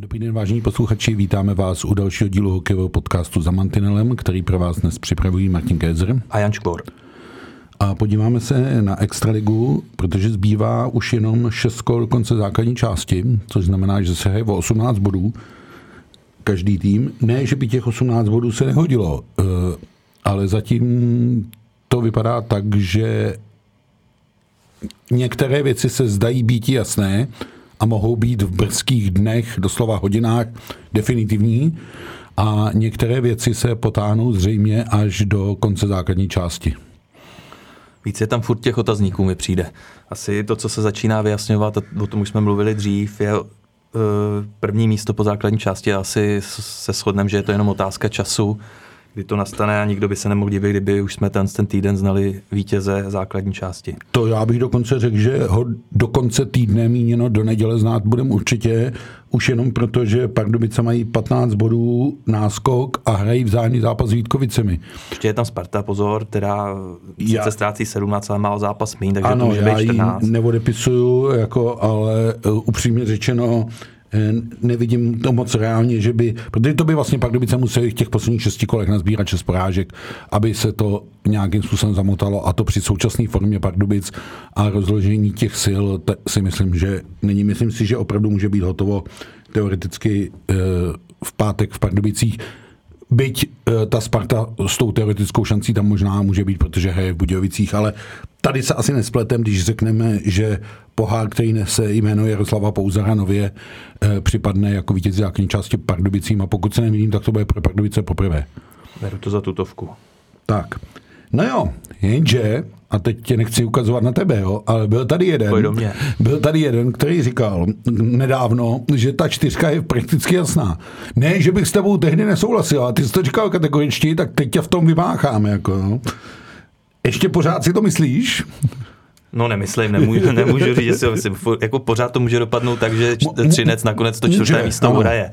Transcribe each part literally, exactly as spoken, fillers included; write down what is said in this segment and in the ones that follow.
Dobrý den, vážení posluchači, vítáme vás u dalšího dílu hokejového podcastu Za mantinelem, který pro vás dnes připravují Martin Kézer a Jan Škvor. A podíváme se na extraligu, protože zbývá už jenom šest kol do konce základní části, což znamená, že se hraje o osmnáct bodů každý tým. Ne, že by těch osmnáct bodů se nehodilo, ale zatím to vypadá tak, že některé věci se zdají být jasné a mohou být v brzkých dnech, doslova hodinách, definitivní, a některé věci se potáhnou zřejmě až do konce základní části. Víc je tam furt těch otazníků, mi přijde. Asi to, co se začíná vyjasňovat, o tom už jsme mluvili dřív, je uh, první místo po základní části. Asi se shodneme, že je to jenom otázka času, kdy to nastane a nikdo by se nemohl divit, kdyby už jsme ten, ten týden znali vítěze základní části. To já bych dokonce řekl, že ho do konce týdne míněno do neděle znát budeme určitě, už jenom proto, že Pardubice mají patnáct bodů náskok a hrají vzájemný zápas s Vítkovicemi. Ještě je tam Sparta, pozor, která sice já... ztrácí sedmnáct, ale má o zápas míň, takže ano, to může být čtrnáct. Ano, já neodepisuju, jako, ale uh, upřímně řečeno, nevidím to moc reálně, že by, protože to by vlastně Pardubice museli v těch posledních šesti kolech nazbírat šest porážek, aby se to nějakým způsobem zamotalo, a to při současné formě Pardubic a rozložení těch sil si myslím, že není. Myslím si, že opravdu může být hotovo teoreticky v pátek v Pardubicích. Byť ta Sparta s tou teoretickou šancí tam možná může být, protože hraje v Budějovicích, ale tady se asi nespletem, když řekneme, že pohár, který nese jméno Jaroslava Pouzara, nově eh, připadne jako vítěz základní části Pardubicím, a pokud se nemýlím, tak to bude pro Pardubice poprvé. Beru to za tutovku. Tak. No jo, jenže, a teď tě nechci ukazovat na tebe, jo, ale byl tady jeden, byl tady jeden, který říkal nedávno, že ta čtyřka je prakticky jasná. Ne, že bych s tebou tehdy nesouhlasil, a ty jsi to říkal kategoričtí, tak teď tě v tom vymácháme, jako, no. Ještě pořád si to myslíš? No nemyslím, nemůžu, nemůžu říct, že si ho myslím. Jako pořád to může dopadnout tak, že Třinec nakonec to čtvrté místo hraje.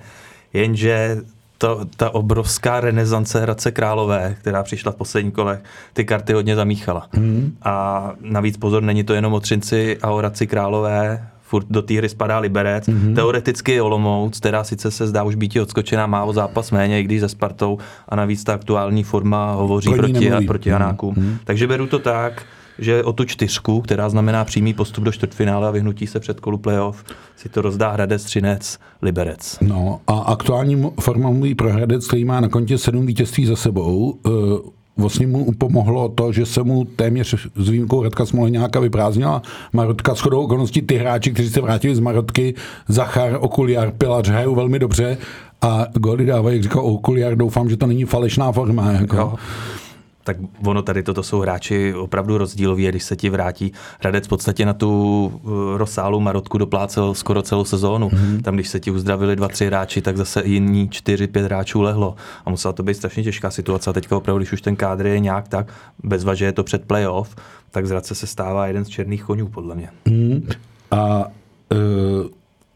Jenže to, ta obrovská renesance Hradce Králové, která přišla v posledních kolech, ty karty hodně zamíchala. Hmm. A navíc pozor, není to jenom o Třinci a o Hradci Králové, furt do té hry spadá Liberec. Mm-hmm. Teoreticky je Olomouc, která sice se zdá už být odskočená, má o zápas méně, i když se Spartou, a navíc ta aktuální forma hovoří Plní proti, a, proti Hanákům. Mm-hmm. Takže beru to tak, že o tu čtyřku, která znamená přímý postup do čtvrtfinále a vyhnutí se před kolu playoff, si to rozdá Hradec, Třinec, Liberec. No a aktuální forma mluví pro Hradec, který má na kontě sedm vítězství za sebou. Vlastně mu pomohlo to, že se mu téměř s výjimkou Radka Smoleňáka vyprázdnila Marotka. Shodou okolností ty hráči, kteří se vrátili z Marotky, Zachar, Okuliar, Pilař, hrajou velmi dobře a góly dávají, jak říkal Okuliar, doufám, že to není falešná forma. Jako. Jo. Tak ono tady toto jsou hráči opravdu rozdíloví, když se ti vrátí. Hradec v podstatě na tu rozsáhlou Marotku doplácel skoro celou sezónu. Mm-hmm. Tam, když se ti uzdravili dva, tři hráči, tak zase jiní čtyři, pět hráčů lehlo. A musela to být strašně těžká situace. A teďka opravdu, když už ten kádr je nějak tak, bezva, že je to před playoff, tak z Hradce se stává jeden z černých koňů, podle mě. Mm. A uh...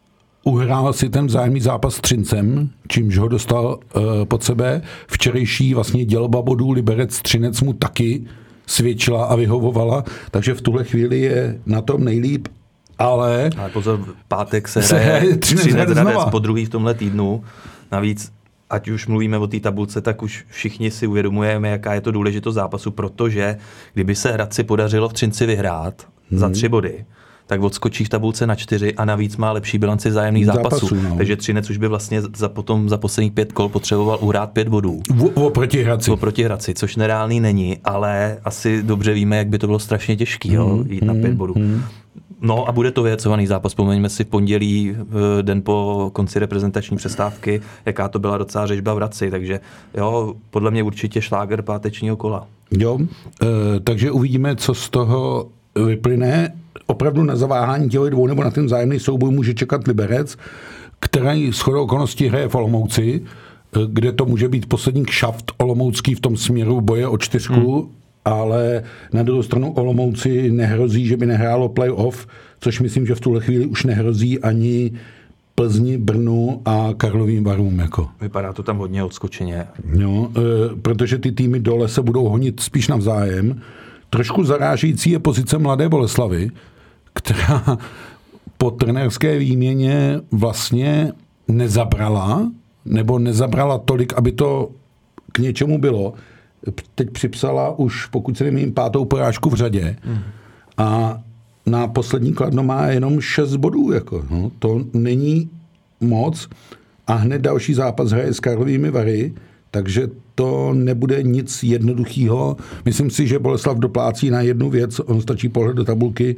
uhrál si ten vzájemný zápas s Třincem, čímž ho dostal uh, pod sebe. Včerejší vlastně dělba bodů Liberec Třinec mu taky svědčila a vyhovovala, takže v tuhle chvíli je na tom nejlíp, ale... Ale pozor, pátek se hraje Třinec Hradec po druhý v tomhle týdnu. Navíc, ať už mluvíme o té tabulce, tak už všichni si uvědomujeme, jaká je to důležitost zápasu, protože kdyby se Hradci podařilo v Třinci vyhrát hmm. za tři body, tak odskočí v tabulce na čtyři a navíc má lepší bilanci vzájemných zápasů. zápasů no. Takže Třinec už by vlastně za, potom, za posledních pět kol potřeboval uhrát pět bodů. Oproti Hradci. Oproti Hradci, což nereálný není, ale asi dobře víme, jak by to bylo strašně těžký, jo, mm, jít mm, na pět bodů. Mm. No a bude to vyjecovaný zápas. Vzpomeňme si v pondělí, den po konci reprezentační přestávky, jaká to byla docela řežba v Hradci. Takže jo, podle mě určitě šláger pátečního kola. Jo, e, takže uvidíme, co z toho vyplyne. Opravdu na zaváhání těch dvou nebo na ten vzájemný souboj může čekat Liberec, který shodou okolností hraje v Olomouci, kde to může být poslední kšaft olomoucký v tom směru boje o čtyřku, hmm. ale na druhou stranu Olomouci nehrozí, že by nehrálo playoff, což myslím, že v tuhle chvíli už nehrozí ani Plzni, Brnu a Karlovým Varům. Jako. Vypadá to tam hodně odskočeně. No, e, protože ty týmy dole se budou honit spíš navzájem. Trošku zarážející je pozice Mladé Boleslavy, která po trenérské výměně vlastně nezabrala, nebo nezabrala tolik, aby to k něčemu bylo. Teď připsala už, pokud se nemýlím, pátou porážku v řadě mm. a na poslední Kladno má jenom šest bodů. Jako, no. To není moc a hned další zápas hraje s Karlovými Vary, takže to nebude nic jednoduchého. Myslím si, že Boleslav doplácí na jednu věc, on stačí pohled do tabulky,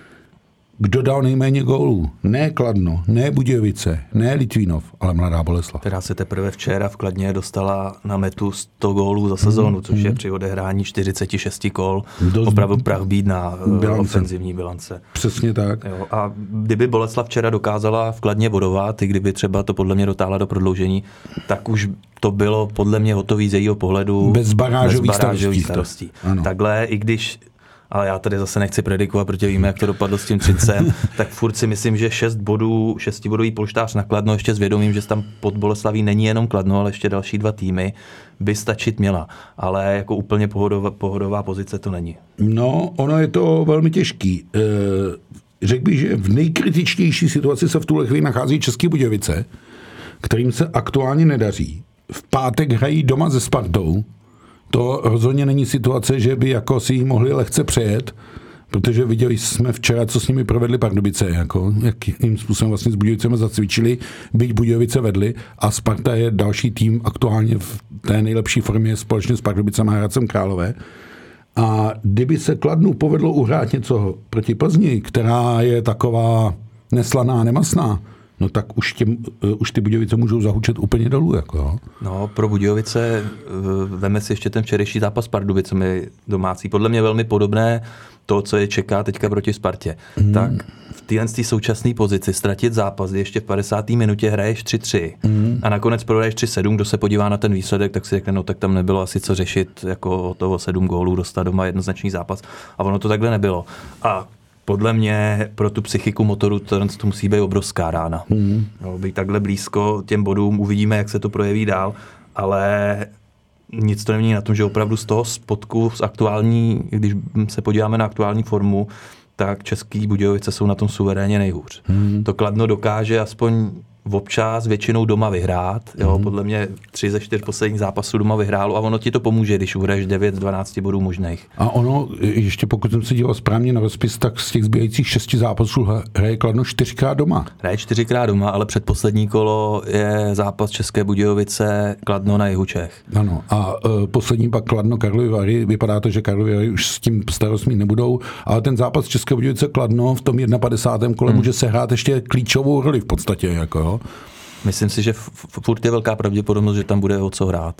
kdo dal nejméně gólů. Ne Kladno, ne Budějovice, ne Litvínov, ale Mladá Boleslav. Která se teprve včera v Kladně dostala na metu sto gólů za sezónu, což je při odehrání čtyřicet šest kol Dost opravdu prach bídná bilance. Ofenzivní bilance. Přesně tak. Jo, a kdyby Boleslav včera dokázala v Kladně bodovat, i kdyby třeba to podle mě dotáhla do prodloužení, tak už to bylo podle mě hotový z jejího pohledu. Bez barážových starostí. starostí. Takhle, i když ale já tady zase nechci predikovat, protože víme, jak to dopadlo s tím Třincem, tak furt si myslím, že šest bodů, šestibodový polštář na Kladno, ještě s vědomím, že tam pod Boleslaví není jenom Kladno, ale ještě další dva týmy, by stačit měla. Ale jako úplně pohodová, pohodová pozice to není. No, ono je to velmi těžký. E, řekl bych, že v nejkritičtější situaci se v tuhle chvíli nachází České Budějovice, kterým se aktuálně nedaří. V pátek hrají doma se Spartou. To rozhodně není situace, že by jako si ji mohli lehce přejet, protože viděli jsme včera, co s nimi provedli Pardubice, jako, jakým způsobem vlastně s Budějovicemi zacvičili, byť Budějovice vedli a Sparta je další tým aktuálně v té nejlepší formě společně s Pardubicemi a Hradcem Králové. A kdyby se Kladnu povedlo uhrát něco proti Plzni, která je taková neslaná, nemastná, no tak už, těm, už ty Budějovice můžou zahučet úplně dolů. Jako. No, pro Budějovice veme si ještě ten včerejší zápas s Pardubicemi domácí. Podle mě velmi podobné to, co je čeká teďka proti Spartě. Hmm. Tak v téhle současné pozici ztratit zápas, kdy ještě v padesáté minutě hraješ tři tři hmm. a nakonec prohraješ tři sedm, kdo se podívá na ten výsledek, tak si řekne, no tak tam nebylo asi co řešit, jako toho sedm gólů dostat doma jednoznačný zápas. A ono to takhle nebylo. A podle mě pro tu psychiku motoru to, to musí být obrovská rána. Hmm. No, být takhle blízko těm bodům, uvidíme, jak se to projeví dál, ale nic to nemění na tom, že opravdu z toho spodku, z aktuální, když se podíváme na aktuální formu, tak Český Budějovice jsou na tom suverénně nejhůř. Hmm. To Kladno dokáže aspoň občas většinou doma vyhrát. Jo, hmm. Podle mě tři ze čtyř posledních zápasů doma vyhrálo a ono ti to pomůže, když uhraješ devět z dvanácti bodů možných. A ono, ještě pokud jsem se díval správně na rozpis, tak z těch zbývajících šesti zápasů hraje Kladno čtyřikrát doma. Hraje čtyřikrát doma, ale předposlední kolo je zápas České Budějovice Kladno na jihu Čech. Ano, a uh, poslední pak Kladno Karlovy Vary. Vypadá to, že Karlovy Vary už s tím starostmi nebudou, ale ten zápas České Budějovice Kladno v tom padesátém prvním kole hmm. může sehrát ještě klíčovou roli v podstatě, jako jo. Myslím si, že furt je velká pravděpodobnost, že tam bude o co hrát.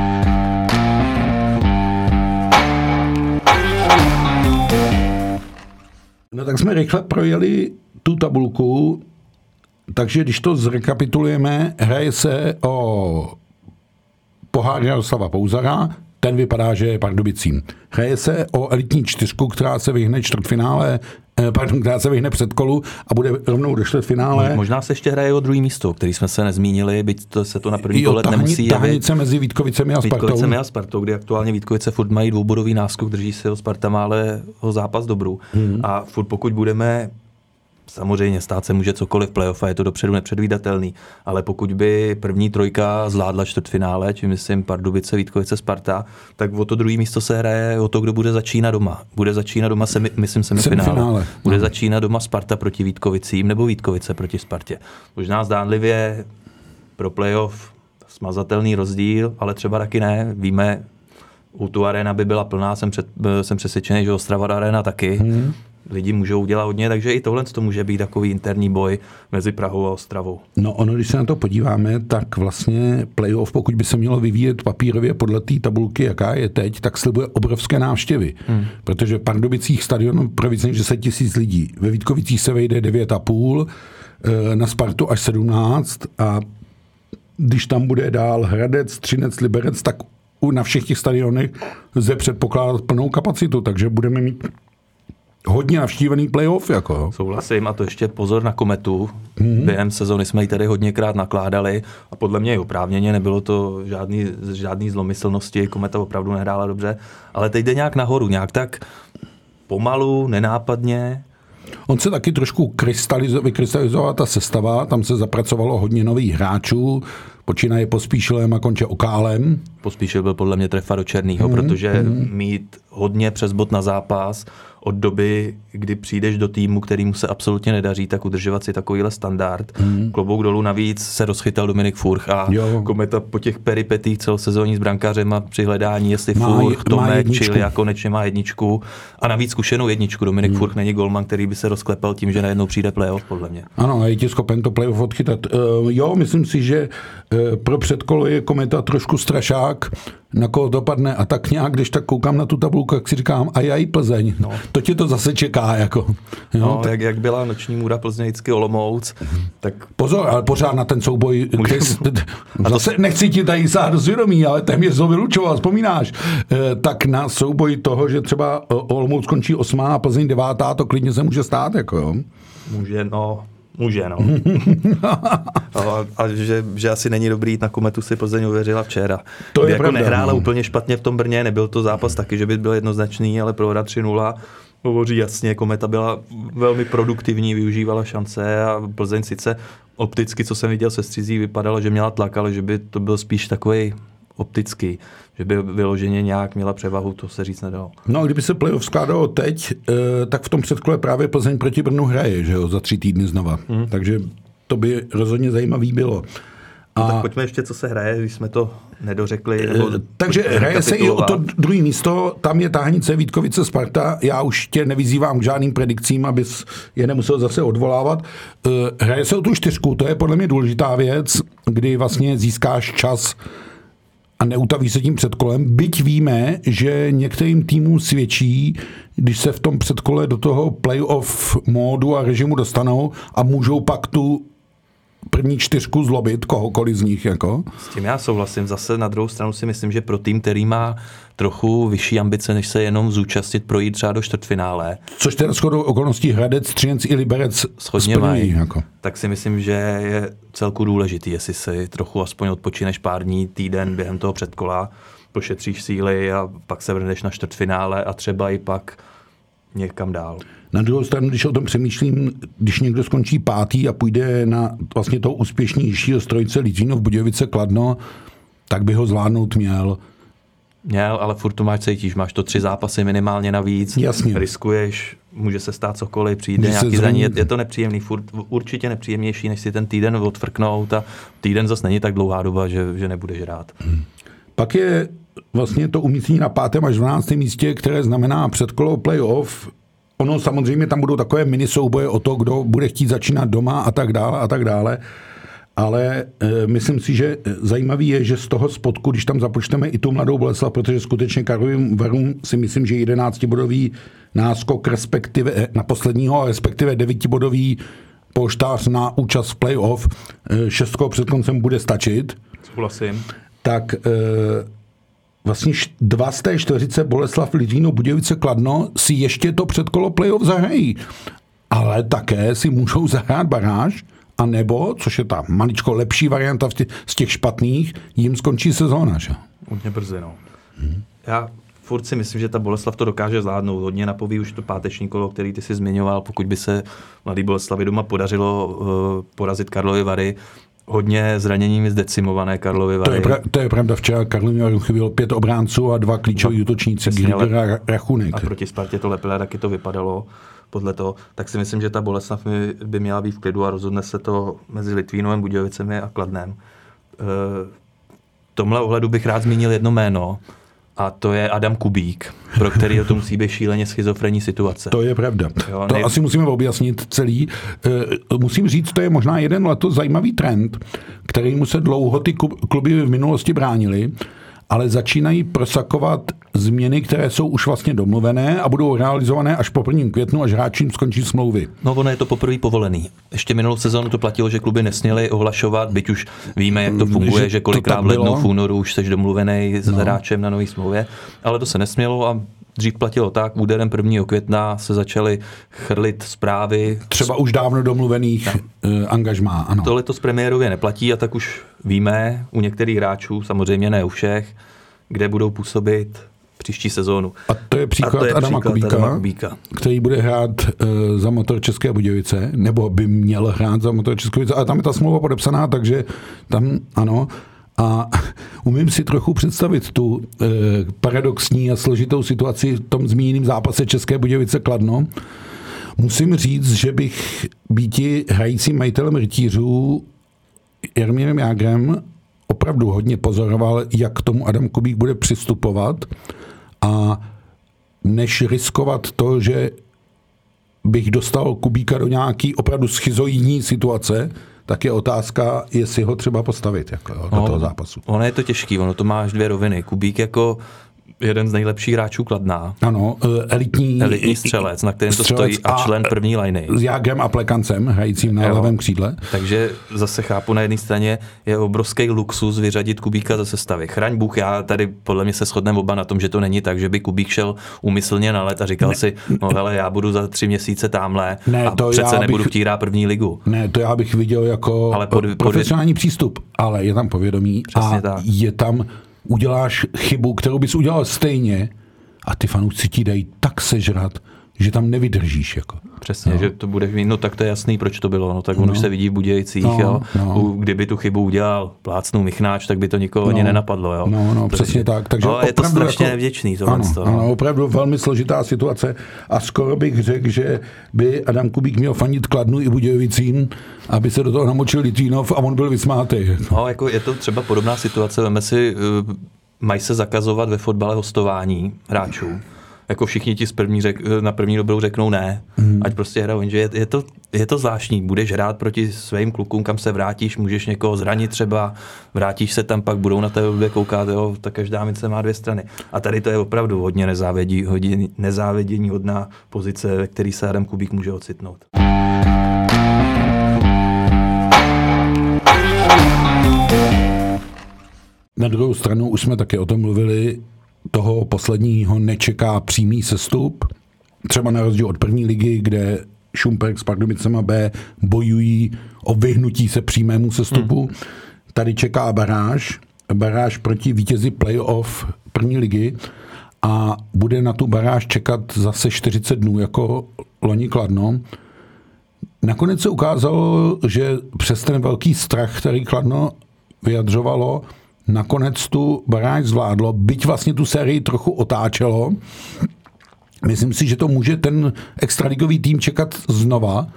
No tak jsme rychle projeli tu tabulku, takže když to zrekapitulujeme, hraje se o pohár Jaroslava Pouzara, ten vypadá, že je Pardubicím. Hraje se o elitní čtyřku, která se vyhne čtvrtfinále, pardon, která se vyhne předkolu a bude rovnou do čtvrtfinále. Možná se ještě hraje o druhý místo, který jsme se nezmínili, byť to se to na první pohled nemusí jevit. Tahanice mezi Vítkovicemi a Spartou. Vítkovicemi a Spartou, kdy aktuálně Vítkovice furt mají dvoubodový náskok, drží se o Sparta má ale o zápas dobrou. Hmm. A furt pokud budeme, samozřejmě stát se může cokoliv v playoff a je to dopředu nepředvídatelný, ale pokud by první trojka zvládla čtvrtfinále, čím myslím Pardubice, Vítkovice, Sparta, tak o to druhý místo se hraje o to, kdo bude začínat doma. Bude začínat doma, semi, myslím, semifinále. semifinále. Bude no. začínat doma Sparta proti Vítkovicím nebo Vítkovice proti Spartě. Možná zdánlivě pro playoff smazatelný rozdíl, ale třeba taky ne. Víme, u tu arena by byla plná, jsem, před, jsem přesvědčený, že Ostrava arena taky. Hmm. Lidi můžou udělat hodně, takže i tohle to může být takový interní boj mezi Prahou a Ostravou. No ono, když se na to podíváme, tak vlastně playoff, pokud by se mělo vyvíjet papírově podle té tabulky, jaká je teď, tak slibuje obrovské návštěvy. Hmm. Protože v Pardubicích stadion pro více než deset tisíc lidí. Ve Vítkovicích se vejde devět a půl, na Spartu až sedmnáct a když tam bude dál Hradec, Třinec, Liberec, tak na všech těch stadionech lze předpokládat plnou kapacitu, takže budeme mít hodně navštívený playoff. Jako. Souhlasím a to ještě pozor na kometu. Mm-hmm. Během sezony jsme ji tady hodněkrát nakládali a podle mě i oprávněně, nebylo to žádný, žádný zlomyslnosti, kometa opravdu nehrála dobře, ale teď jde nějak nahoru, nějak tak pomalu, nenápadně On se taky trošku krystalizo- vykrystalizovala ta sestava, tam se zapracovalo hodně nových hráčů, počínaje Pospíšilem a konče Okálem. Pospíšil byl podle mě trefa do černýho, mm, protože mm. mít hodně přes bod na zápas od doby, kdy přijdeš do týmu, kterýmu se absolutně nedaří, tak udržovat si takovýhle standard. Mm. Klobouk dolů, navíc se rozchytal Dominik Furch a jo. Kometa po těch peripetích celosezónní s brankářem a při hledání, jestli má, Furch, Tomek, Čili konečně má jedničku a navíc zkušenou jedničku. Dominik mm. Furch není golman, který by se rozklepal tím, že najednou přijde playoff, podle mě. Ano, a je ti schopen to playoff odchytat. Uh, jo, myslím si, že uh, pro předkolo je Kometa trošku strašák, na koho dopadne a tak nějak, když tak koukám na tu tabulku, jak si říkám, a já i Plzeň. No. To tě to zase čeká, jako. Jo, no, tak... jak, jak byla noční můra Plzně vždycky Olomouc, tak... Pozor, ale pořád na ten souboj, Chris, zase to... nechci ti tady sát do svědomí, ale téměř to vylučoval, vzpomínáš, e, tak na souboj toho, že třeba Olomouc skončí osmá a Plzeň devátá, to klidně se může stát, jako jo. Může, no... Může, no. no a že, že asi není dobrý jít na Kometu, si Plzeň uvěřila včera. To je jako pravda, nehrála no. úplně špatně v tom Brně, nebyl to zápas taky, že by byl jednoznačný, ale prohra tři nula hovoří jasně, Kometa byla velmi produktivní, využívala šance a Plzeň sice opticky, co jsem viděl se střizí, vypadalo, že měla tlak, ale že by to byl spíš takovej optický, že by vyloženě nějak měla převahu, to se říct nedalo. No a kdyby se playoff skládalo teď, tak v tom předkole právě Plzeň proti Brnu hraje, že jo, za tři týdny znova. Hmm. Takže to by rozhodně zajímavý bylo. A... No, tak pojďme ještě, co se hraje, když jsme to nedořekli. Nebo takže hraje se i o to druhé místo, tam je Táhanice, Vítkovice, Sparta. Já už tě nevyzývám k žádným predikcím, abys je nemusel zase odvolávat. Hraje se o tu čtyřku, to je podle mě důležitá věc, kdy vlastně získáš čas a neutaví se tím předkolem, byť víme, že některým týmům svědčí, když se v tom předkole do toho playoff módu a režimu dostanou a můžou pak tu první čtyřku zlobit kohokoliv z nich. Jako. S tím já souhlasím. Zase na druhou stranu si myslím, že pro tým, který má trochu vyšší ambice, než se jenom zúčastnit, projít třeba do čtvrtfinále. Což teda shodou okolností Hradec, Třinec i Liberec shodně mají. Jako. Tak si myslím, že je celku důležitý, jestli si trochu aspoň odpočineš pár dní, týden během toho předkola, pošetříš síly a pak se vrhneš na čtvrtfinále a třeba i pak někam dál. Na druhou stranu, když o tom přemýšlím, když někdo skončí pátý a půjde na vlastně toho úspěšnějšího strojce Lidžínov Budějovice Kladno, tak by ho zvládnout měl. Měl, ale furt to máš cítíš, máš to tři zápasy minimálně navíc, jasně. Riskuješ, může se stát cokoliv, přijde nějaký zranění, je, je to nepříjemný, furt, určitě nepříjemnější, než si ten týden odfrknout a týden zase není tak dlouhá doba, že, že nebudeš hrát. Hmm. Pak je vlastně to umístění na pátém až dvanáctém místě, které znamená předkolo playoff. Ono samozřejmě tam budou takové mini souboje o to, kdo bude chtít začínat doma a tak dále a tak dále. Ale e, myslím si, že zajímavý je, že z toho spodku, když tam započteme i tu Mladou Boleslav, protože skutečně Karlovým Varům si myslím, že jedenáctibodový náskok respektive na posledního, respektive devítibodový polštář na účast v playoff e, šestkou před koncem bude stačit. Souhlasím. Tak e, vlastně dva z té čtveřice Boleslav, Lidvíno, Budějovice, Kladno si ještě to předkolo playoff zahrají. Ale také si můžou zahrát baráž, a nebo, což je ta maličko lepší varianta tě, z těch špatných, jim skončí sezóna, že? Hodně brzy, no. Hmm. Já furt si myslím, že ta Boleslav to dokáže zvládnout. Hodně napoví už to páteční kolo, který ty si zmiňoval, pokud by se Mladý Boleslavi doma podařilo uh, porazit Karlovy Vary. Hodně zraněními zdecimované Karlovy Vary. To je, pra, to je pravda, včera Karlovým Varům chybělo pět obránců a dva klíčoví útočníci, Grigor a Rachunek. A proti Spartě to lepile, taky to vypadalo podle toho. Tak si myslím, že ta Boleslav by měla být v klidu a rozhodne se to mezi Litvínovem, Budějovicemi a Kladnem. V tomhle ohledu bych rád zmínil jedno jméno, a to je Adam Kubík, pro který to musí být šíleně schizofrenní situace. To je pravda. Jo, to nej... asi musíme objasnit celý. Musím říct, to je možná jeden letos zajímavý trend, kterýmu se dlouho ty kluby v minulosti bránili, ale začínají prosakovat změny, které jsou už vlastně domluvené a budou realizované až po prvním květnu, až hráčům skončí smlouvy. No ono je to poprvé povolený. Ještě minulou sezónu to platilo, že kluby nesměly ohlašovat, byť už víme, jak to funguje, že, že kolikrát v lednu, v únoru už seš domluvený s no. hráčem na nový smlouvě, ale to se nesmělo a dřív platilo tak, úderem prvního května se začaly chrlit zprávy. Třeba už dávno domluvených uh, angažmá, ano. Tohle to z premiérově neplatí a tak už víme u některých hráčů, samozřejmě ne u všech, kde budou působit příští sezónu. A to je příklad, to je Adama, příklad Kubíka, Adama Kubíka, který bude hrát uh, za Motor České Budějovice, nebo by měl hrát za Motor České Budějovice, ale tam je ta smlouva podepsaná, takže tam ano. A umím si trochu představit tu e, paradoxní a složitou situaci v tom zmíněném zápase České Budějovice Kladno. Musím říct, že bych býti hrajícím majitelem rytířů Jarmírem Jágrem opravdu hodně pozoroval, jak k tomu Adam Kubík bude přistupovat, a než riskovat to, že bych dostal Kubíka do nějaký opravdu schizoidní situace, tak je otázka, jestli ho třeba postavit jako, jo, do no, toho zápasu. Ono je to těžký, ono to má až dvě roviny. Kubík jako jeden z nejlepších hráčů Kladna. Ano, elitní, elitní střelec, na kterém to stojí, a člen první liny. S Jágrem a Plekancem, hrajícím na jo. levém křídle. Takže zase chápu, na jedné straně je obrovský luxus vyřadit Kubíka ze sestavy. Chraň Bůh, já tady podle mě se shodneme oba na tom, že to není tak, že by Kubík šel úmyslně na let a říkal ne, si, no hele, já budu za tři měsíce tamhle ne, a přece nebudu bych, chtít hrát první ligu. Ne, to já bych viděl jako ale pod, profesionální pod... přístup, ale je tam povědomí. Přesně a tak. Je tam uděláš chybu, kterou bys udělal stejně, a ty fanoušci ti dají tak sežrat, že tam nevydržíš. Jako. Přesně, no. že to bude, no tak to je jasný, proč to bylo, no tak on no. už se vidí v Budějcích, no, jo. No. Kdyby tu chybu udělal plácnou Michnáč, tak by to nikoho no. ani nenapadlo, jo. No, no, Takže, přesně tak. Takže no, je to strašně jako, nevděčný tohle. Ano, toho. ano, opravdu velmi složitá situace a skoro bych řekl, že by Adam Kubík měl fandit Kladnu i Budějovicím, aby se do toho namočil Litvínov a on byl vysmátý. No, jako je to třeba podobná situace, veme si, mají se zakazovat ve fotbale hostování hráčů. Jako všichni ti z první řek, na první dobrou řeknou ne, hmm. ať prostě hrajou, jenže je, je, to, je to zvláštní, budeš hrát proti svým klukům, kam se vrátíš, můžeš někoho zranit třeba, vrátíš se tam, pak budou na tebe blbě koukat, jo, ta každá mince má dvě strany. A tady to je opravdu hodně nezávědí, hodně nezávědění hodná pozice, ve který se Adam Kubík může ocitnout. Na druhou stranu už jsme také o tom mluvili, toho posledního nečeká přímý sestup. Třeba na rozdíl od první ligy, kde Šumperk s Pardubicema B bojují o vyhnutí se přímému sestupu. Hmm. Tady čeká baráž. Baráž proti vítězi playoff první ligy a bude na tu baráž čekat zase čtyřicet dnů, jako loni Kladno. Nakonec se ukázalo, že přes ten velký strach, který Kladno vyjadřovalo, nakonec tu baráž zvládlo, byť vlastně tu sérii trochu otáčelo. Myslím si, že to může ten extraligový tým čekat znova.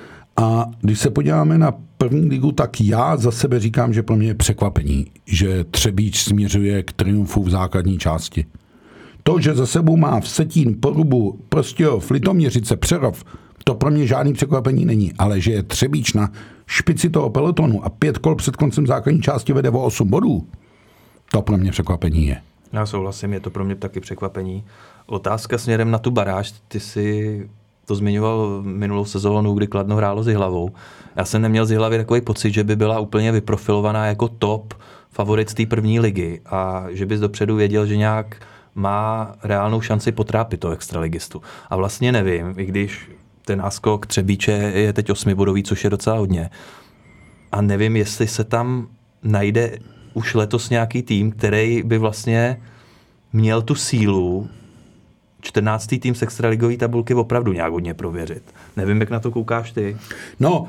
A když se podíváme na první ligu, tak já za sebe říkám, že pro mě je překvapení, že Třebíč směřuje k triumfu v základní části. To, že za sebou má Vsetín, Porubu, Prostějov, Litoměřice, Přerov, to pro mě žádný překvapení není, ale že je Třebíč na špici toho pelotonu a pět kol před koncem základní části vede o osm bodů, to pro mě překvapení je. Já souhlasím, je to pro mě taky překvapení. Otázka směrem na tu baráž, ty si to zmiňoval minulou sezónu, kdy Kladno hrálo s Jihlavou. Já jsem neměl z Jihlavy takový pocit, že by byla úplně vyprofilovaná jako top favorit z té první ligy a že bys dopředu věděl, že nějak má reálnou šanci potrápit toho extraligistu. A vlastně nevím, i když ten náskok Třebíče je teď osmibodový, což je docela hodně. A nevím, jestli se tam najde už letos nějaký tým, který by vlastně měl tu sílu čtrnáctý tým z extraligové tabulky opravdu nějak hodně prověřit. Nevím, jak na to koukáš ty. No,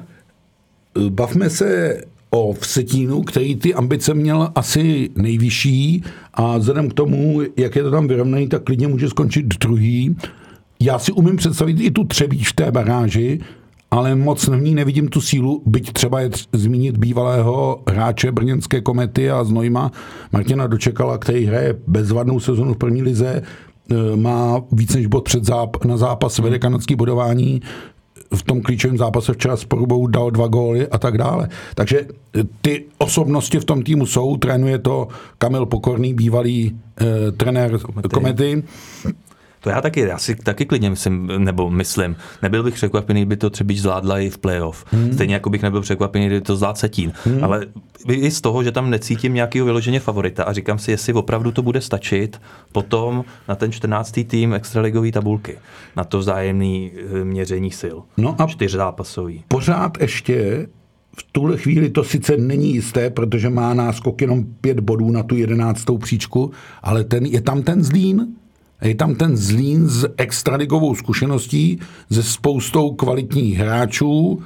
bavme se o Vsetínu, který ty ambice měl asi nejvyšší a vzhledem k tomu, jak je to tam vyrovnaný, tak klidně může skončit druhý. Já si umím představit i tu Třebíč v té baráži, ale moc v ní nevidím tu sílu, byť třeba je tř- zmínit bývalého hráče brněnské Komety a Znojma Martina Dočekala, který hraje bezvadnou sezonu v první lize, má víc než bod před záp- na zápas, vede kanadský bodování, v tom klíčovém zápase včera s Porubou dal dva góly a tak dále. Takže ty osobnosti v tom týmu jsou, trénuje to Kamil Pokorný, bývalý eh, trenér Komety. Komety. To já taky, já si taky klidně myslím, nebo myslím, nebyl bych překvapený, kdyby to Třebíč zvládla i v playoff. Hmm. Stejně jako bych nebyl překvapený, kdyby to zvládl Vsetín. Hmm. Ale i z toho, že tam necítím nějakého vyloženě favorita a říkám si, jestli opravdu to bude stačit potom na ten čtrnáctý tým extraligové tabulky, na to vzájemné měření sil. No a čtyřzápasový. Pořád ještě v tuhle chvíli to sice není jisté, protože má náskok jenom pět bodů na tu jedenáctou příčku, ale ten, je tam ten Zlín. Je tam ten Zlín s extraligovou zkušeností, se spoustou kvalitních hráčů,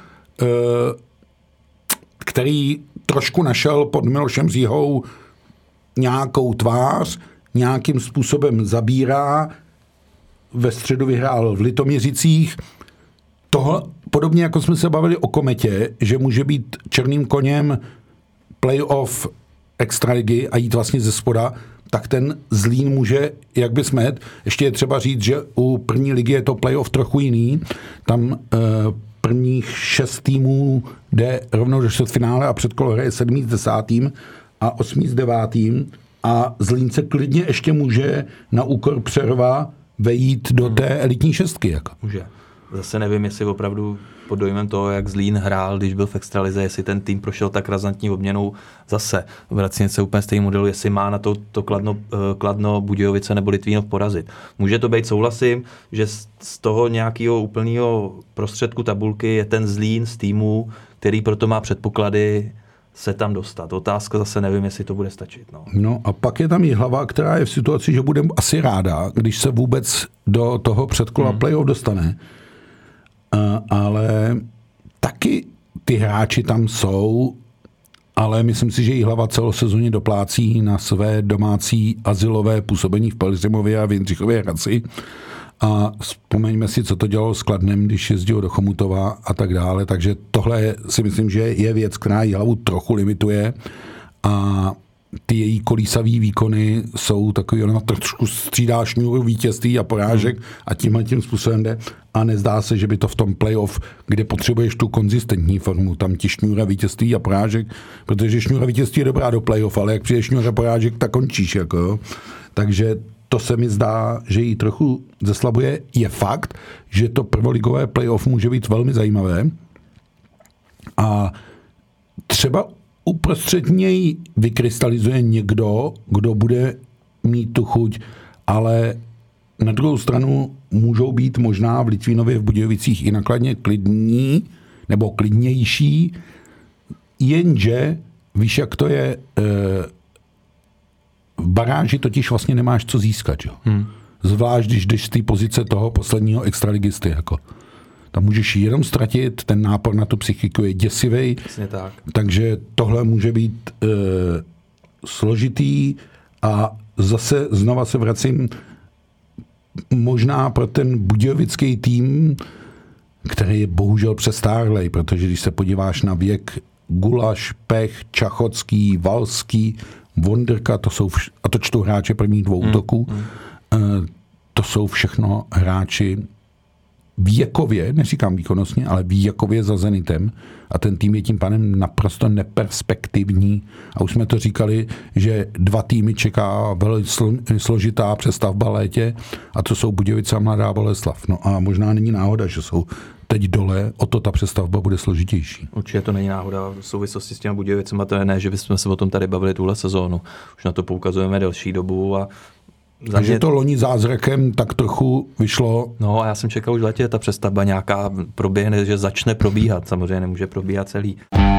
který trošku našel pod Milošem Říhou nějakou tvář, nějakým způsobem zabírá, ve středu vyhrál v Litoměřicích. Tohle, podobně jako jsme se bavili o Kometě, že může být černým koněm playoff extraligy a jít vlastně ze spoda, tak ten Zlín může, jak by smet. Ještě je třeba říct, že u první ligy je to playoff trochu jiný. Tam eh, prvních šest týmů jde rovnou do čtvrtfinále a předkolo hraje sedmý s desátým a osmý s devátým a Zlín se klidně ještě může na úkor Přerova vejít do té elitní šestky. Jako. Může. Zase nevím, jestli opravdu pod dojmem toho, jak Zlín hrál, když byl v extralize, jestli ten tým prošel tak razantní obměnou zase. Vracím se úplně stejný modelu, jestli má na to, to Kladno, Kladno, Budějovice nebo Litvínov porazit. Může to být, souhlasím, že z toho nějakého úplného prostředku tabulky je ten Zlín z týmu, který proto má předpoklady se tam dostat. Otázka zase nevím, jestli to bude stačit. No, no a pak je tam Jihlava, která je v situaci, že bude asi ráda, když se vůbec do toho předkola hmm. playoff dostane. Uh, ale taky ty hráči tam jsou, ale myslím si, že Jihlava celosezóně doplácí na své domácí azylové působení v Pelhřimově a v Jindřichově Hradci. A vzpomeňme si, co to dělalo s Kladnem, když jezdil do Chomutova a tak dále. Takže tohle si myslím, že je věc, která Jihlavu trochu limituje a ty její kolísavý výkony jsou takový, ona trošku střídá šňůru vítězství a porážek hmm. a tímhle tím způsobem jde. A nezdá se, že by to v tom playoff, kde potřebuješ tu konzistentní formu, tam ti šňůra vítězství a porážek, protože šňůra vítězství je dobrá do playoff, ale jak přijde šňůra porážek, tak končíš. Jako. Takže to se mi zdá, že jí trochu zeslabuje. Je fakt, že to prvoligové playoff může být velmi zajímavé a třeba uprostřed něj vykrystalizuje někdo, kdo bude mít tu chuť, ale na druhou stranu můžou být možná v Litvínově v Budějovicích i nakladně klidní nebo klidnější, jenže víš, jak to je, v baráži totiž vlastně nemáš co získat. Jo? Hmm. Zvlášť, když jdeš z té pozice toho posledního extraligisty. Jako. Tam můžeš jenom ztratit, ten nápor na tu psychiku je děsivej. Tak. Takže tohle může být e, složitý a zase znova se vracím možná pro ten budějovický tým, který je bohužel přestárlej, protože když se podíváš na věk Gulaš, Pech, Čachocký, Valský, Vondrka, to jsou vš- a to čtou hráče prvních dvou hmm. útoků, hmm. e, to jsou všechno hráči věkově, neříkám výkonnostně, ale věkově za Zenitem a ten tým je tím pádem naprosto neperspektivní a už jsme to říkali, že dva týmy čeká velmi složitá přestavba létě a to jsou Budějovice a Mladá Boleslav. No a možná není náhoda, že jsou teď dole, o to ta přestavba bude složitější. Určitě to není náhoda v souvislosti s těmi Budějovicemi, to je ne, že bychom se o tom tady bavili tuhle sezónu. Už na to poukazujeme delší dobu a takže mě to loni zázrakem tak trochu vyšlo. No a já jsem čekal už v letě, ta přestavba nějaká proběhne, že začne probíhat. Samozřejmě nemůže probíhat celý.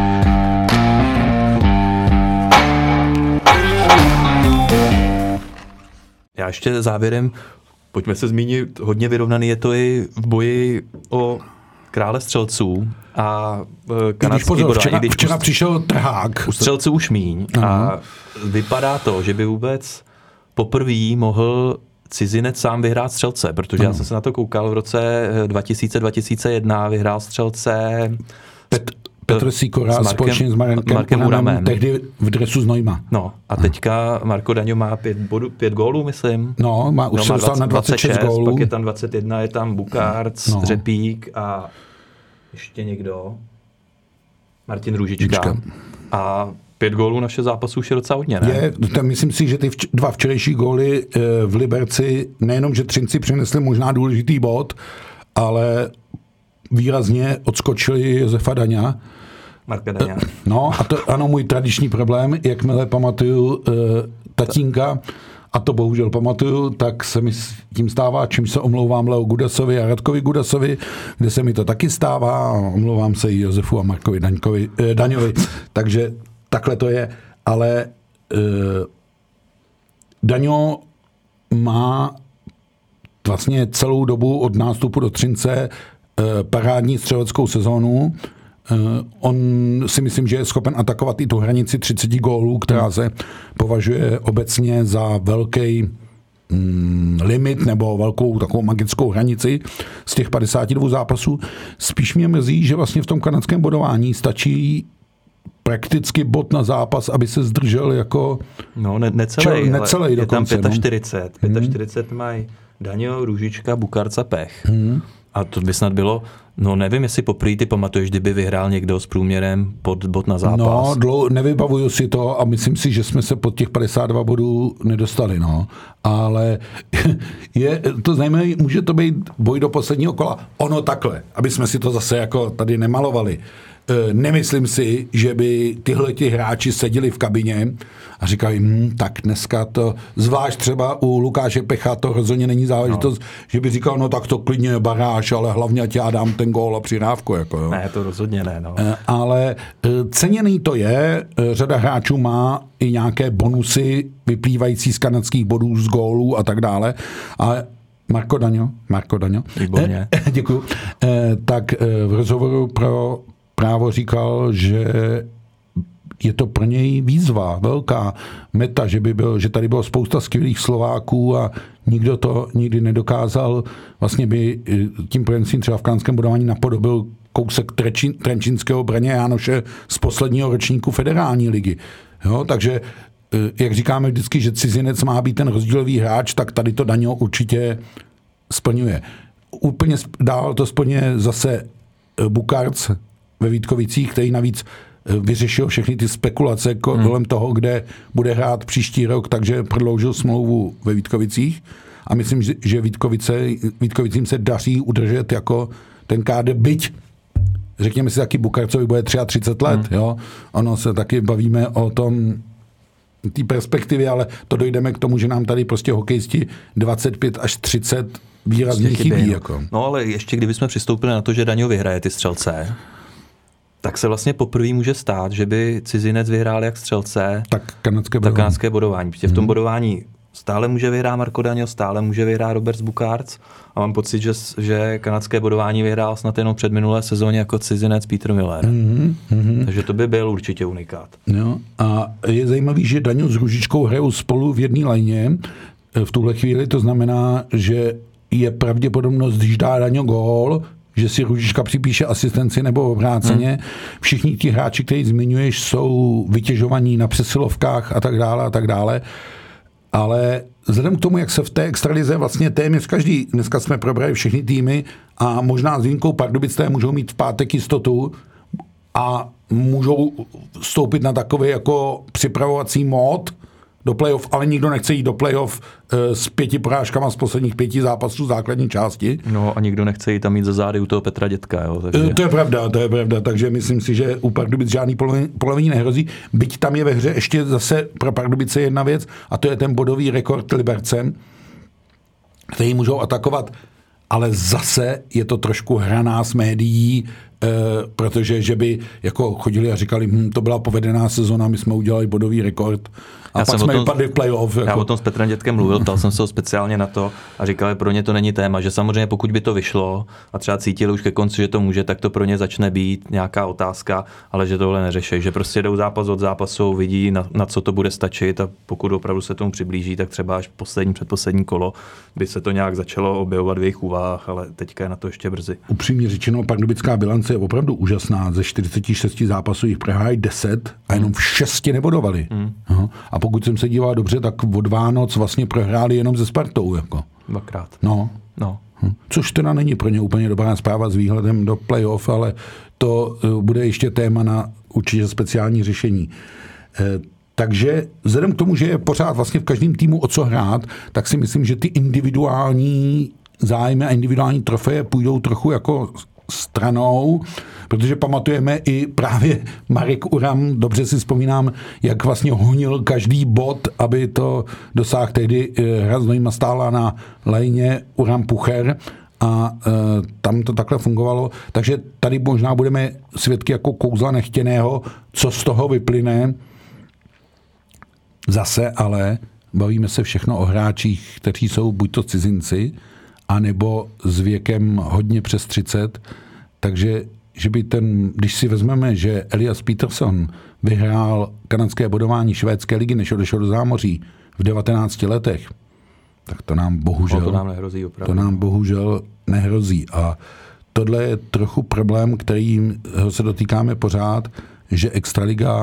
Já ještě závěrem, pojďme se zmínit, hodně vyrovnaný je to i v boji o krále střelců a kanadský bod. Včera, včera přišel trhák. U střelců už míň a vypadá to, že by vůbec poprvé mohl cizinec sám vyhrát střelce, protože ano. Já jsem se na to koukal v roce dva tisíce dva tisíce jedna, vyhrál střelce Pet, Petr Sikora společně s Markem, Markem Uramem, tehdy v dresu z Nojma. No a teďka Marko Daňo má pět, bodu, pět gólů, myslím. No, má, už no, má dvacet, na dvacet šest gólů. Pak je tam dvacet jedna, je tam Bukarc, no. Řepík a ještě někdo. Martin Růžička. Růžička. A pět gólů naše zápasů už je docela hodně, ne? Je, tam myslím si, že ty vč- dva včerejší góly e, v Liberci, nejenom, že Třinci přinesli možná důležitý bod, ale výrazně odskočili Josefa Daňa. Marka Daňa. E, no a to ano, můj tradiční problém, jakmile pamatuju e, tatínka, a to bohužel pamatuju, tak se mi tím stává, čím se omlouvám Leo Gudasovi a Radkovi Gudasovi, kde se mi to taky stává, omlouvám se i Josefu a Markovi Daňkovi, e, Daňovi. Takže takhle to je, ale e, Daňo má vlastně celou dobu od nástupu do Třince parádní střeleckou sezónu. On si myslím, že je schopen atakovat i tu hranici třicet gólů, která se považuje obecně za velký mm, limit nebo velkou takovou magickou hranici z těch padesáti dvou zápasů. Spíš mě mrzí, že vlastně v tom kanadském bodování stačí prakticky bod na zápas, aby se zdržel jako... No, ne, necelej, čel, necelej dokonce. Je tam čtyřicet pět. No. čtyřicet pět mají Daňo, Růžička, Bukarc, Pech. Hmm. A to by snad bylo, no nevím, jestli poprvé ty pamatuješ, kdyby vyhrál někdo s průměrem pod bod na zápas. No, dlou, nevybavuju si to a myslím si, že jsme se pod těch padesát dva bodů nedostali, no. Ale je to zajímavé, může to být boj do posledního kola. Ono takhle, aby jsme si to zase jako tady nemalovali. Nemyslím si, že by tyhle ti hráči seděli v kabině a říkají, hm, tak dneska to, zvlášť třeba u Lukáše Pecha, to rozhodně není záležitost, no. Že by říkal, no tak to klidně baráž, ale hlavně ať já dám ten gól a přirávku. Jako, jo. Ne, to rozhodně ne. No. Ale ceněný to je, řada hráčů má i nějaké bonusy vyplývající z kanadských bodů, z gólů a tak dále. Ale Marko Daňo, Marko Daňo, výborně. Děkuju. Tak v rozhovoru pro Právo říkal, že je to pro něj výzva, velká meta, že, by byl, že tady bylo spousta skvělých Slováků a nikdo to nikdy nedokázal. Vlastně by tím prvenstvím třeba v kanadském bodování napodobil kousek Trečin, trenčínského Braně Jánoše z posledního ročníku federální ligy. Jo, takže jak říkáme vždycky, že cizinec má být ten rozdílový hráč, tak tady to Daňo určitě splňuje. Úplně dál to splňuje zase Bukarc ve Vítkovicích, který navíc vyřešil všechny ty spekulace kolem hmm. toho, kde bude hrát příští rok, takže prodloužil smlouvu ve Vítkovicích a myslím, že Vítkovice, Vítkovicím se daří udržet jako ten kádr, byť řekněme si taky Bukarcovi bude třicet tři let, hmm. jo. Ono se taky bavíme o tom té perspektivě, ale to dojdeme k tomu, že nám tady prostě hokejisti dvacet pět až třicet výrazně prostě chybí. chybí jako. No ale ještě kdybychom přistoupili na to, že Daňo vyhraje ty střelce, tak se vlastně poprvé může stát, že by cizinec vyhrál jak střelce, tak kanadské bodování. kanadské bodování. Protože v tom bodování stále může vyhrát Marko Daňo, stále může vyhrát Robert Bukarc a mám pocit, že, že kanadské bodování vyhrál snad jenom před minulé sezóně jako cizinec Peter Miller. Mm-hmm. Takže to by byl určitě unikát. No, a je zajímavý, že Daňo s Růžičkou hrajou spolu v jedné lajně v tuhle chvíli, to znamená, že je pravděpodobnost, když dá Daňo gól, že si Růžička připíše asistenci nebo obráceně. Hmm. Všichni ti hráči, který zmiňuješ, jsou vytěžovaní na přesilovkách a tak dále a tak dále. Ale vzhledem k tomu, jak se v té extralize vlastně téměř každý, dneska jsme probrali všechny týmy a možná s výjimkou Pardubic, můžou mít v pátek jistotu a můžou vstoupit na takový jako připravovací mód do playoff, ale nikdo nechce jít do playoff e, s pěti porážkama z posledních pěti zápasů základní části. No a nikdo nechce jít tam mít za zády u toho Petra Dětka. Jo, takže... e, to je pravda, to je pravda, takže myslím si, že u Pardubic žádný polevení nehrozí. Byť tam je ve hře ještě zase pro Pardubice jedna věc a to je ten bodový rekord Libercem, který můžou atakovat, ale zase je to trošku hraná s médií, e, protože že by jako chodili a říkali, hm, to byla povedená sezona, my jsme udělali bodový rekord. A já pak jsme vypadli v playoff. Já jako. o tom s Petrem Dětkem mluvil, ptal jsem se ho speciálně na to a říkal, že pro ně to není téma, že samozřejmě pokud by to vyšlo a třeba cítili už ke konci, že to může, tak to pro ně začne být nějaká otázka, ale že tohle neřeší, že prostě jdou zápas od zápasu, vidí, na, na co to bude stačit a pokud opravdu se tomu přiblíží, tak třeba až poslední, předposlední kolo by se to nějak začalo objevovat v jejich úvahách, ale teďka je na to ještě brzy. Upřímně řečeno, pardubická bilance je opravdu úžasná. Ze čtyřicet šest zápasů jich prohráli deset a jenom v šesti nebodovali. Hmm. A pokud jsem se díval dobře, tak od Vánoc vlastně prohráli jenom se Spartou. Jako. Dvakrát. No. no. Což teda není pro ně úplně dobrá zpráva s výhledem do playoff, ale to bude ještě téma na určitě speciální řešení. Takže vzhledem k tomu, že je pořád vlastně v každém týmu o co hrát, tak si myslím, že ty individuální zájmy a individuální trofeje půjdou trochu jako stranou, protože pamatujeme i právě Marek Uram, dobře si vzpomínám, jak vlastně honil každý bod, aby to dosáhl, tehdy hra s Nojma stála na lajně Uram Pucher a e, tam to takhle fungovalo, takže tady možná budeme svědky jako kouzla nechtěného, co z toho vyplyne. Zase ale bavíme se všechno o hráčích, kteří jsou buď to cizinci, anebo s věkem hodně přes třicet, takže že by ten, když si vezmeme, že Elias Pettersson vyhrál kanadské bodování švédské ligy, než odešel do zámoří v devatenácti letech, tak to nám bohužel, no, to nám nehrozí opravdu. To nám bohužel nehrozí. A tohle je trochu problém, kterým se dotýkáme pořád, že extraliga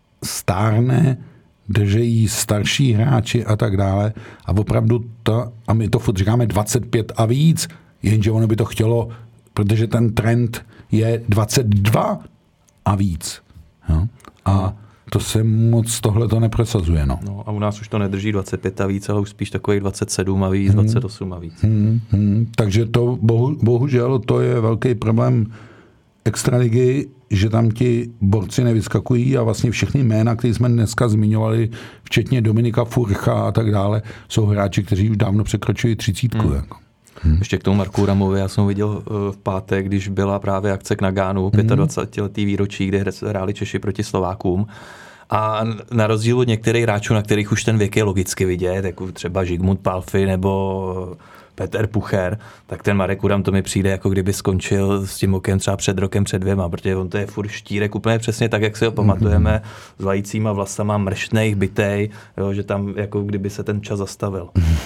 stárne, držejí starší hráči a tak dále. A opravdu to, a my to furt říkáme dvacet pět a víc, jenže ono by to chtělo, protože ten trend je dvacet dva a víc. Jo? A to se moc tohle to nepresazuje. No. No a u nás už to nedrží dvacet pět a víc, ale už spíš takových dvacet sedm a víc, hmm. dvacet osm a víc. Hmm, hmm. Takže to bohu, bohužel to je velký problém extraligy, že tam ti borci nevyskakují a vlastně všechny jména, které jsme dneska zmiňovali, včetně Dominika Furcha a tak dále, jsou hráči, kteří už dávno překročují třicítku. Hmm. Jako. Hmm. Ještě k tomu Marku Ramovi, já jsem viděl v pátek, když byla právě akce k Nagánu, dvacetiletý výročí, kde hráli Češi proti Slovákům. A na rozdíl od některých hráčů, na kterých už ten věk je logicky vidět, jako třeba Žigmund Palfi nebo Petr Pucher, tak ten Marek Uram to mi přijde, jako kdyby skončil s tím okem třeba před rokem, před dvěma, protože on to je furt štírek úplně přesně tak, jak si ho pamatujeme, s lajícíma vlasama, mrštnej, bitej, jo, že tam jako kdyby se ten čas zastavil.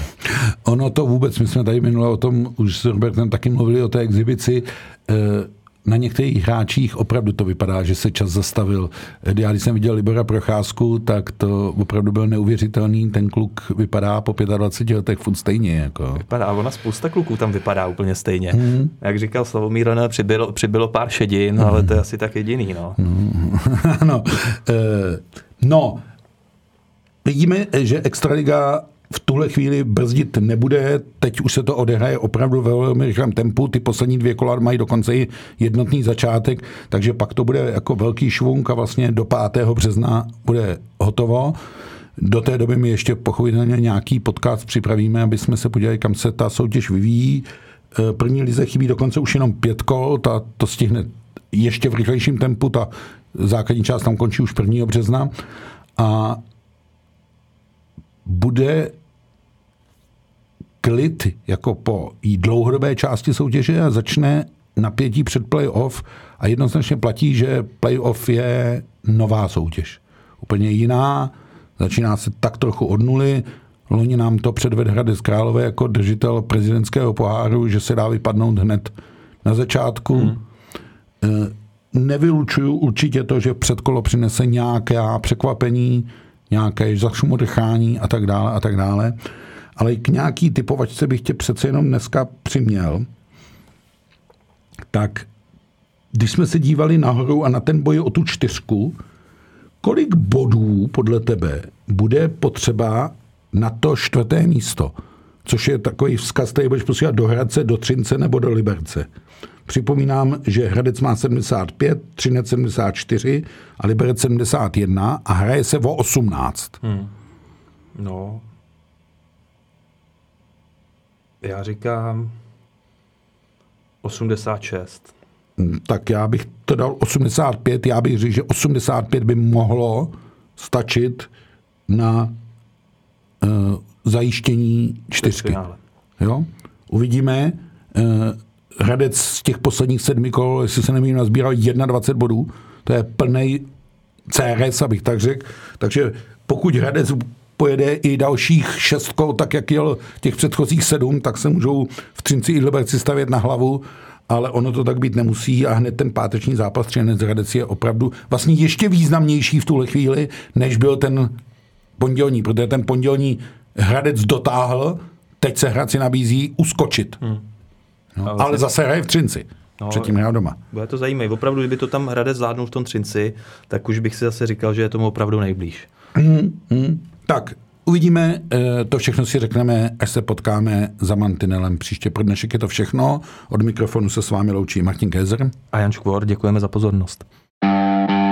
Ono to vůbec, my jsme tady minule o tom, už s Robertem taky mluvili o té exibici, na některých hráčích opravdu to vypadá, že se čas zastavil. Já když jsem viděl Libora Procházku, tak to opravdu byl neuvěřitelný. Ten kluk vypadá po dvaceti pěti letech furt stejně. Jako. Vypadá, ona spousta kluků tam vypadá úplně stejně. Hmm. Jak říkal Slavomír, přibylo, přibylo pár šedin, hmm. ale to je asi tak jediný. No, hmm. no, eh, no, vidíme, že extraliga v tuhle chvíli brzdit nebude, teď už se to odehraje opravdu ve velmi rychlém tempu, ty poslední dvě kola mají dokonce i jednotný začátek, takže pak to bude jako velký švung a vlastně do pátého března bude hotovo. Do té doby my ještě pochopitelně nějaký podcast připravíme, aby jsme se podívali, kam se ta soutěž vyvíjí. První lize chybí dokonce už jenom pět kol, ta to stihne ještě v rychlejším tempu, ta základní část tam končí už prvního března a bude klid jako po dlouhodobé části soutěže a začne napětí před playoff a jednoznačně platí, že playoff je nová soutěž. Úplně jiná, začíná se tak trochu od nuly. Loni nám to předvedl Hradec Králové jako držitel prezidentského poháru, že se dá vypadnout hned na začátku. Hmm. Nevylučuju určitě to, že předkolo přinese nějaké překvapení, nějaké zašmodrchání a tak dále a tak dále. Ale k nějaký typovačce bych tě přece jenom dneska přiměl. Tak když jsme se dívali nahoru a na ten boj o tu čtyřku, kolik bodů podle tebe bude potřeba na to čtvrté místo? Což je takový vzkaz, který budeš posílat do Hradce, do Třince nebo do Liberce. Připomínám, že Hradec má sedmdesát pět, Třinec sedmdesát čtyři a Liberec sedmdesát jedna a hraje se o osmnáct. Hmm. No. Já říkám osmdesát šest. Tak já bych to dal osmdesát pět, já bych řekl, že osmdesát pět by mohlo stačit na uh, zajištění čtyřky. Jo? Uvidíme. Uh, Hradec z těch posledních sedmi kol, jestli se nemýlím, nazbíral dvacet jedna bodů. To je plnej C R S, abych tak řekl. Takže pokud Hradec pojede i dalších šest kol, tak jak jel těch předchozích sedm, tak se můžou v Třinci i Liberci stavět na hlavu, ale ono to tak být nemusí a hned ten páteční zápas Třinec Hradec je opravdu vlastně ještě významnější v tuhle chvíli, než byl ten pondělní, protože ten pondělní Hradec dotáhl, teď se Hradci nabízí uskočit. Hmm. No, ale, ale zase hraje v Třinci. No, předtím hrál doma. Bude to zajímavé. Opravdu, kdyby to tam Hradec zvládnul v tom Třinci, tak už bych si zase říkal, že je tomu opravdu nejblíž. Hmm, hmm. Tak, uvidíme, to všechno si řekneme, až se potkáme za mantinelem příště. Pro dnešek je to všechno. Od mikrofonu se s vámi loučí Martin Kézer a Jan Škvor. Děkujeme za pozornost.